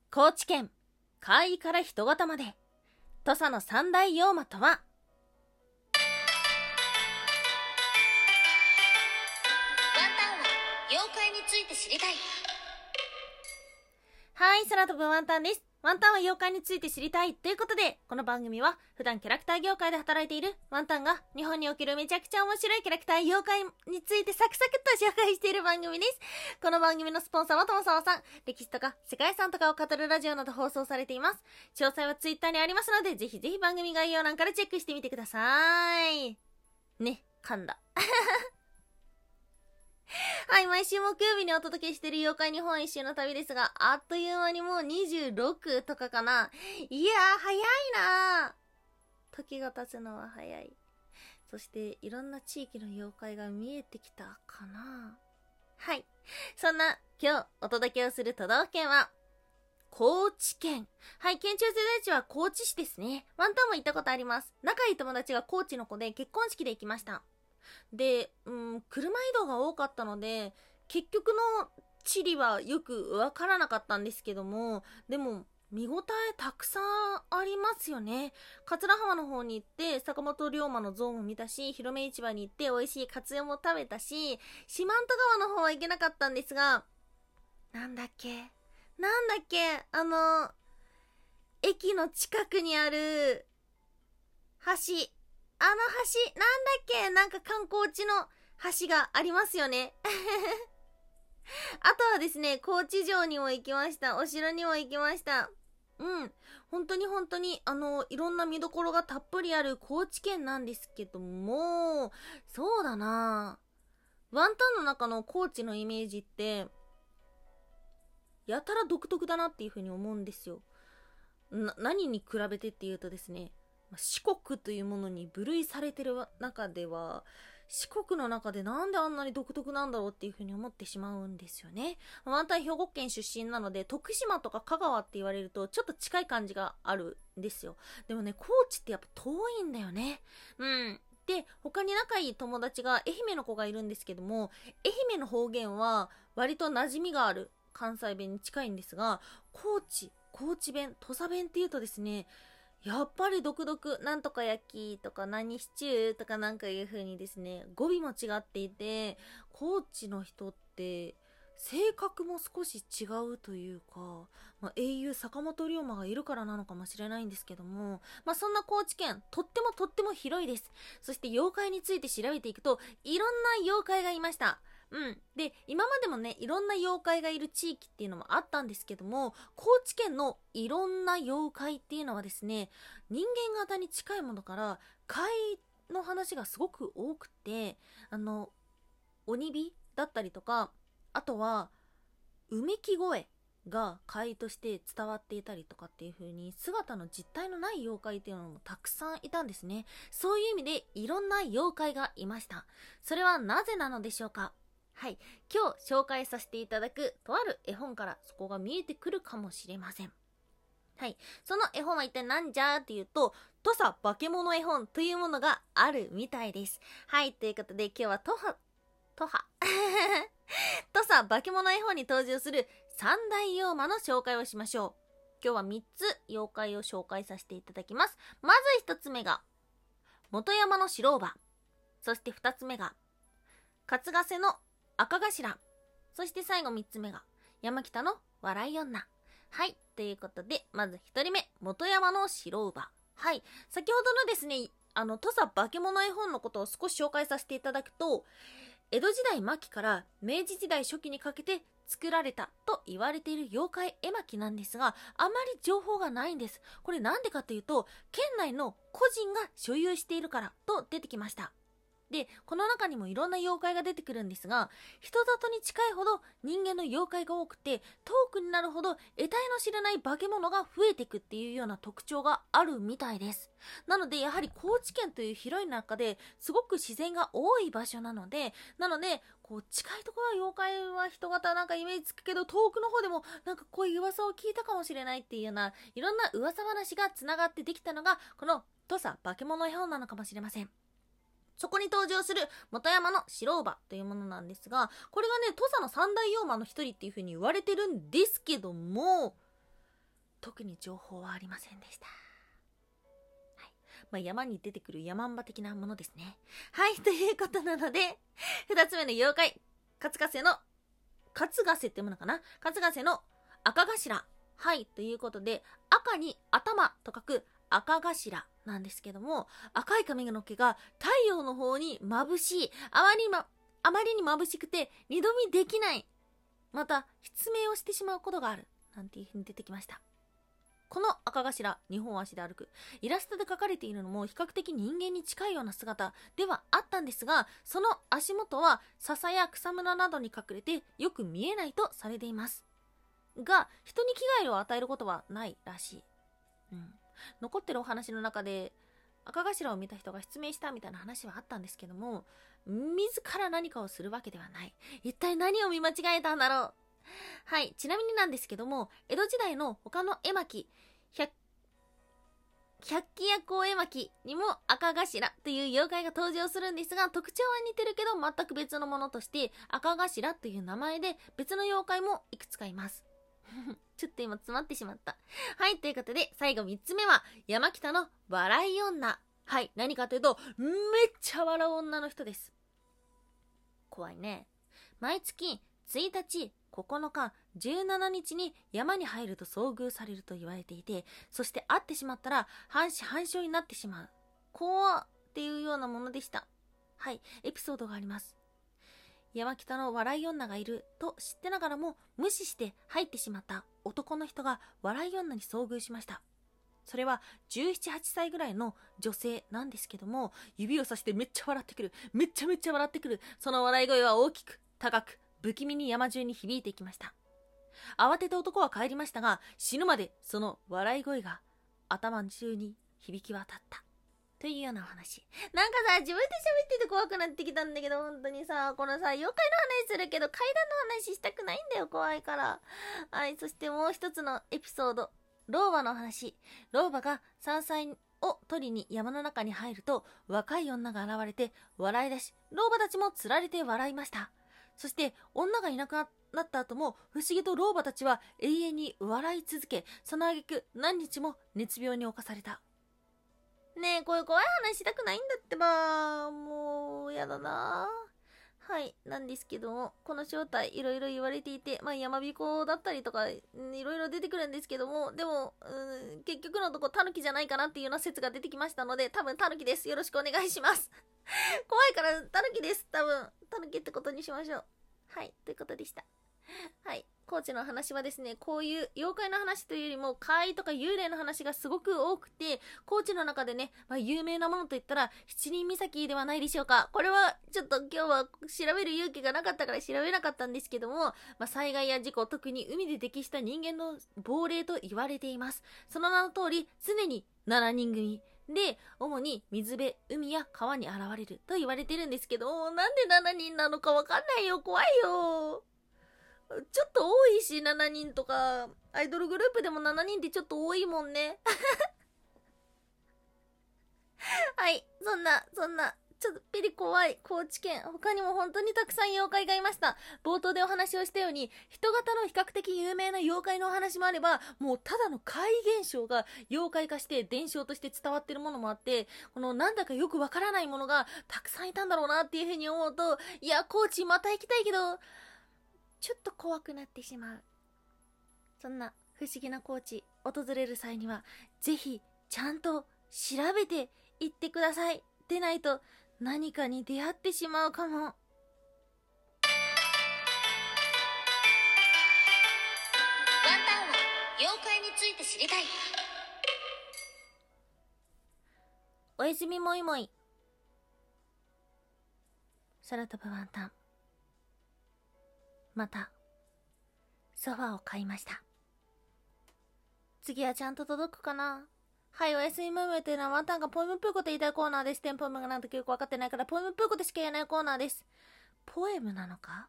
高知県怪異から人型まで土佐の三大妖魔とは。ワンタンは妖怪について知りたい。 はい、空飛ぶワンタンです。ワンタンは妖怪について知りたいということで、この番組は普段キャラクター業界で働いているワンタンが日本におけるめちゃくちゃ面白いキャラクター妖怪についてサクサクっと紹介している番組です。この番組のスポンサーはともさまさん。歴史とか世界遺産とかを語るラジオなど放送されています。詳細はツイッターにありますので、ぜひぜひ番組概要欄からチェックしてみてください。ね、噛んだ。はい、毎週木曜日にお届けしている妖怪日本一周の旅ですが、あっという間にもう26とかかな。いやー、早いなー。時が経つのは早い。そしていろんな地域の妖怪が見えてきたかな。はい、そんな今日お届けをする都道府県は高知県。はい、県庁所在地は高知市ですね。ワンタンも行ったことあります。仲いい友達が高知の子で結婚式で行きました。で、車移動が多かったので結局の地理はよくわからなかったんですけども、でも見応えたくさんありますよね。桂浜の方に行って坂本龍馬の像も見たし、広め市場に行って美味しいカツオも食べたし、四万十川の方は行けなかったんですが、なんだっけ駅の近くにある橋、なんだっけ、なんか観光地の橋がありますよね。あとはですね、高知城にも行きました。お城にも行きました。本当にいろんな見どころがたっぷりある高知県なんですけども、そうだな、ワンタンの中の高知のイメージってやたら独特だなっていう風に思うんですよ。何に比べてっていうとですね、四国というものに分類されてる中では、四国の中でなんであんなに独特なんだろうっていう風に思ってしまうんですよね。ワンタン兵庫県出身なので、徳島とか香川って言われるとちょっと近い感じがあるんですよ。でもね、高知ってやっぱ遠いんだよね。で、他に仲いい友達が愛媛の子がいるんですけども、愛媛の方言は割と馴染みがある関西弁に近いんですが、高知弁、土佐弁っていうとですね、やっぱり独特、なんとか焼きとか何シチューとかなんかいう風にですね、語尾も違っていて、高知の人って性格も少し違うというか、英雄坂本龍馬がいるからなのかもしれないんですけども、そんな高知県、とっても広いです。そして妖怪について調べていくと、いろんな妖怪がいました。で、今までもね、いろんな妖怪がいる地域っていうのもあったんですけども、高知県のいろんな妖怪っていうのはですね、人間型に近いものから怪の話がすごく多くて、鬼火だったりとか、あとはうめき声が怪として伝わっていたりとかっていう風に、姿の実体のない妖怪っていうのもたくさんいたんですね。そういう意味でいろんな妖怪がいました。それはなぜなのでしょうか。はい、今日紹介させていただくとある絵本からそこが見えてくるかもしれません。はい、その絵本は一体何じゃーっていうと、土佐化け物絵本というものがあるみたいです。はい、ということで今日は土佐化け物絵本に登場する三大妖魔の紹介をしましょう。今日は3つ妖怪を紹介させていただきます。まず1つ目が本山の白馬、そして2つ目が勝ヶ瀬の赤頭、そして最後3つ目が山北の笑い女。はい、ということでまず1人目、本山の白馬。はい、先ほどのですね、土佐化け物絵本のことを少し紹介させていただくと、江戸時代末期から明治時代初期にかけて作られたと言われている妖怪絵巻なんですが、あまり情報がないんです。これなんでかというと、県内の個人が所有しているからと出てきました。で、この中にもいろんな妖怪が出てくるんですが、人里に近いほど人間の妖怪が多くて、遠くになるほど得体の知れない化け物が増えていくっていうような特徴があるみたいです。なのでやはり高知県という広い中ですごく自然が多い場所なので、こう近いところは妖怪は人型なんかイメージつくけど、遠くの方でもなんかこういう噂を聞いたかもしれないっていうようないろんな噂話がつながってできたのがこの土佐化け物絵本なのかもしれません。そこに登場する本山の白馬というものなんですが、これがね、土佐の三大妖魔の一人っていう風に言われてるんですけども、 特に情報はありませんでした。山に出てくるヤマンバ的なものですね。はい、ということなので、2つ目の妖怪、勝ヶ瀬ってものかな、勝ヶ瀬の赤頭。はい、ということで、赤に頭と書く赤頭なんですけども、赤い髪の毛が太陽の方に眩しい。あまりに眩しくて二度見できない。また、失明をしてしまうことがある。なんていう風に出てきました。この赤頭、2本足で歩く。イラストで描かれているのも比較的人間に近いような姿ではあったんですが、その足元は笹や草むらなどに隠れてよく見えないとされています。が、人に危害を与えることはないらしい。残ってるお話の中で、赤頭を見た人が失明したみたいな話はあったんですけども、自ら何かをするわけではない。一体何を見間違えたんだろう。はい、ちなみになんですけども、江戸時代の他の絵巻、百鬼夜行絵巻にも赤頭という妖怪が登場するんですが、特徴は似てるけど全く別のものとして赤頭という名前で別の妖怪もいくつかいますちょっと今詰まってしまった。はい、ということで最後3つ目は山北の笑い女。はい、何かというとめっちゃ笑う女の人です。怖いね。毎月1日、9日、17日に山に入ると遭遇されると言われていて、そして会ってしまったら半死半生になってしまう。怖っていうようなものでした。はい、エピソードがあります。山北の笑い女がいると知ってながらも無視して入ってしまった男の人が笑い女に遭遇しました。それは17、8歳ぐらいの女性なんですけども、指をさしてめっちゃ笑ってくる。めっちゃ笑ってくる。その笑い声は大きく、高く、不気味に山中に響いていきました。慌てて男は帰りましたが、死ぬまでその笑い声が頭中に響き渡ったというようなお話。なんかさ、自分で喋ってて怖くなってきたんだけど、本当にさ、このさ、妖怪の話するけど怪談の話したくないんだよ、怖いから。はい、そしてもう一つのエピソード、老婆の話。老婆が山菜を取りに山の中に入ると、若い女が現れて笑い出し、老婆たちもつられて笑いました。そして女がいなくなった後も不思議と老婆たちは永遠に笑い続け、その挙句何日も熱病に侵された。ねえ、こういう怖い話したくないんだってば。もうやだな。はい、なんですけども、この正体いろいろ言われていて、山彦だったりとかいろいろ出てくるんですけども、でも結局のとこタヌキじゃないかなっていうような説が出てきましたので、多分タヌキです。よろしくお願いします怖いからタヌキです。多分タヌキってことにしましょう。はい、ということでした。はい、高知の話はですね、こういう妖怪の話というよりも怪異とか幽霊の話がすごく多くて、高知の中でね、有名なものといったら七輪岬ではないでしょうか。これはちょっと今日は調べる勇気がなかったから調べなかったんですけども、災害や事故、特に海で溺した人間の亡霊と言われています。その名の通り常に7人組で、主に水辺、海や川に現れると言われてるんですけど、なんで7人なのかわかんないよ。怖いよ。ちょっと多いし、7人とか、アイドルグループでも7人ってちょっと多いもんね。はい、そんな、ちょっとピリ怖い高知県。他にも本当にたくさん妖怪がいました。冒頭でお話をしたように、人型の比較的有名な妖怪のお話もあれば、もうただの怪現象が妖怪化して伝承として伝わってるものもあって、このなんだかよくわからないものがたくさんいたんだろうなっていうふうに思うと、いや、高知また行きたいけど、ちょっと怖くなってしまう。そんな不思議な高知訪れる際にはぜひちゃんと調べて行ってください。でないと何かに出会ってしまうかも。 ワンタンは妖怪について知りたい。 おやすみもいもい。空飛ぶワンタン、またソファーを買いました。次はちゃんと届くかな。はい、おやすみもいもいというのはワンタンがポエムプーコと言いたいコーナーです。テンポエムがなんとよく分かってないからポエムプーコとしか言えないコーナーです。ポエムなのか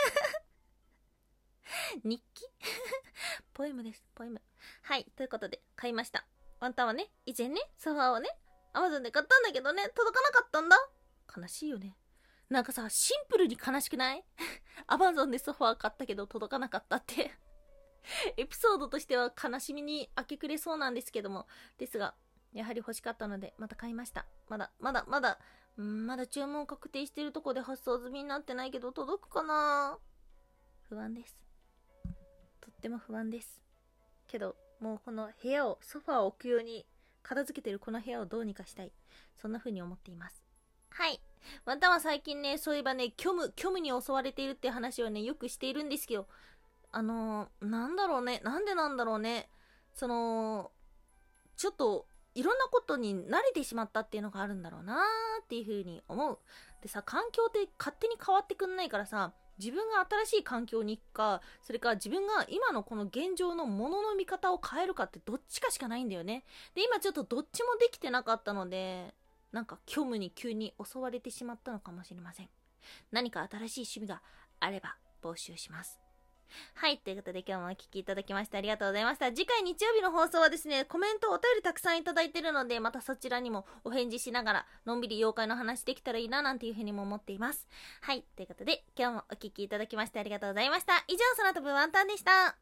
日記ポエムです、ポエム。はい、ということで買いました。ワンタンはね、以前ね、ソファーをね、Amazon で買ったんだけどね、届かなかったんだ。悲しいよね。なんかさ、シンプルに悲しくない？Amazon でソファー買ったけど届かなかったってエピソードとしては悲しみに明け暮れそうなんですけども、ですがやはり欲しかったのでまた買いました。まだ注文確定してるとこで発送済みになってないけど届くかな。不安です。とっても不安ですけど、もうこの部屋を、ソファーを置くように片付けてるこの部屋をどうにかしたい、そんな風に思っています。はい。ワンタンは最近ね、そういえばね、虚無に襲われているって話をね、よくしているんですけど、なんだろうね、なんでなんだろうね、ちょっといろんなことに慣れてしまったっていうのがあるんだろうなーっていう風に思う。でさ、環境って勝手に変わってくんないからさ、自分が新しい環境に行くか、それから自分が今のこの現状のものの見方を変えるかってどっちかしかないんだよね。で、今ちょっとどっちもできてなかったので、なんか虚無に急に襲われてしまったのかもしれません。何か新しい趣味があれば募集します。はい、ということで今日もお聞きいただきましてありがとうございました。次回日曜日の放送はですね、コメントお便りたくさんいただいてるので、またそちらにもお返事しながらのんびり妖怪の話できたらいいななんていうふうにも思っています。はい、ということで今日もお聞きいただきましてありがとうございました。以上、空飛ぶワンタンでした。